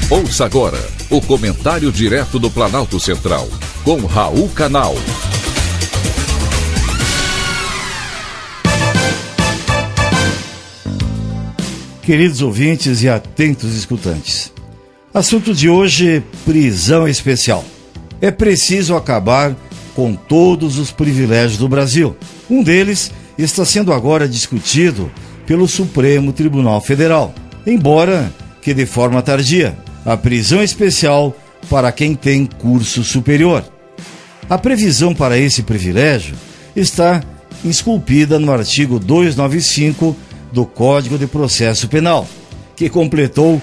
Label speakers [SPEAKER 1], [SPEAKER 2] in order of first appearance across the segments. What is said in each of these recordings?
[SPEAKER 1] Ouça agora o comentário direto do Planalto Central, com Raul Canal.
[SPEAKER 2] Queridos ouvintes e atentos escutantes, assunto de hoje: prisão especial. É preciso acabar com todos os privilégios do Brasil. Um deles está sendo agora discutido pelo Supremo Tribunal Federal, embora que de forma tardia: a prisão especial para quem tem curso superior. A previsão para esse privilégio está esculpida no artigo 295 do Código de Processo Penal, que completou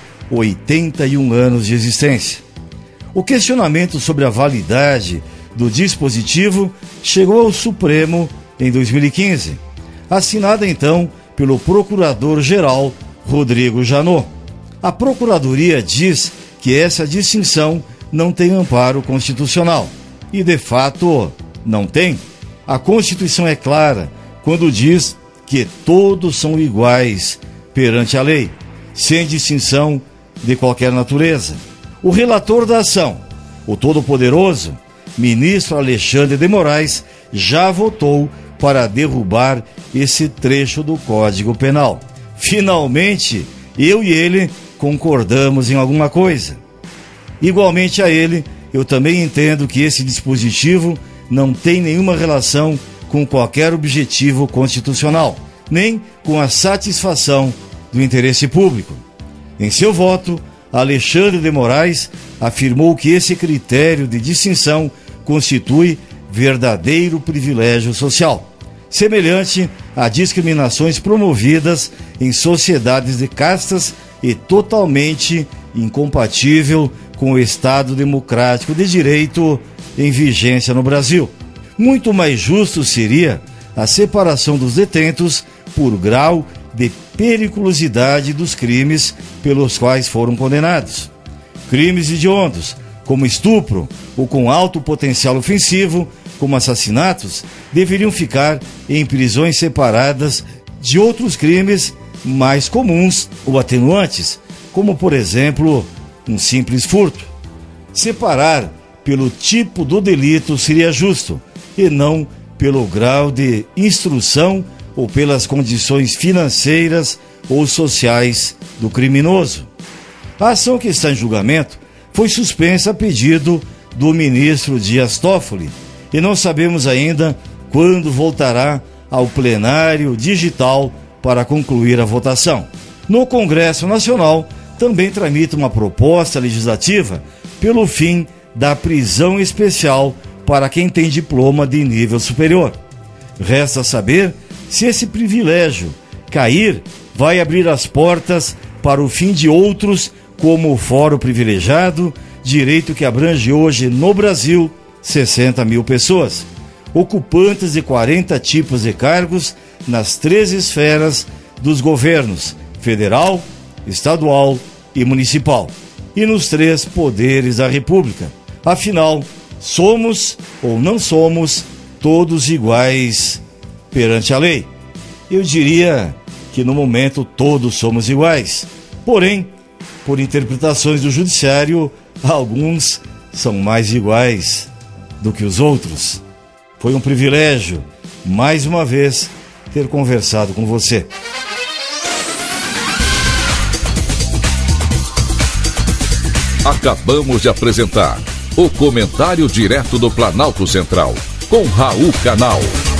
[SPEAKER 2] 81 anos de existência. O questionamento sobre a validade do dispositivo chegou ao Supremo em 2015, assinada então pelo Procurador-Geral Rodrigo Janot. A Procuradoria diz que essa distinção não tem amparo constitucional. E, de fato, não tem. A Constituição é clara quando diz que todos são iguais perante a lei, sem distinção de qualquer natureza. O relator da ação, o todo-poderoso ministro Alexandre de Moraes, já votou para derrubar esse trecho do Código Penal. Finalmente, eu e ele concordamos em alguma coisa. Igualmente a ele, eu também entendo que esse dispositivo não tem nenhuma relação com qualquer objetivo constitucional, nem com a satisfação do interesse público. Em seu voto, Alexandre de Moraes afirmou que esse critério de distinção constitui verdadeiro privilégio social, semelhante a discriminações promovidas em sociedades de castas e totalmente incompatível com o Estado democrático de direito em vigência no Brasil. Muito mais justo seria a separação dos detentos por grau de periculosidade dos crimes pelos quais foram condenados. Crimes hediondos, como estupro ou com alto potencial ofensivo, como assassinatos, deveriam ficar em prisões separadas de outros crimes mais comuns ou atenuantes, como, por exemplo, um simples furto. Separar pelo tipo do delito seria justo, e não pelo grau de instrução ou pelas condições financeiras ou sociais do criminoso. A ação que está em julgamento foi suspensa a pedido do ministro Dias Toffoli, e não sabemos ainda quando voltará ao plenário digital para concluir a votação. No Congresso Nacional, também tramita uma proposta legislativa pelo fim da prisão especial para quem tem diploma de nível superior. Resta saber se esse privilégio cair, vai abrir as portas para o fim de outros, como o foro privilegiado, direito que abrange hoje no Brasil 60 mil pessoas, ocupantes de 40 tipos de cargos nas 13 esferas dos governos federal, estadual e municipal, e nos 3 poderes da República. Afinal, somos ou não somos todos iguais perante a lei? Eu diria que no momento todos somos iguais, porém, por interpretações do judiciário, alguns são mais iguais do que os outros. Foi um privilégio, mais uma vez, ter conversado com você.
[SPEAKER 1] Acabamos de apresentar o comentário direto do Planalto Central, com Raul Canal.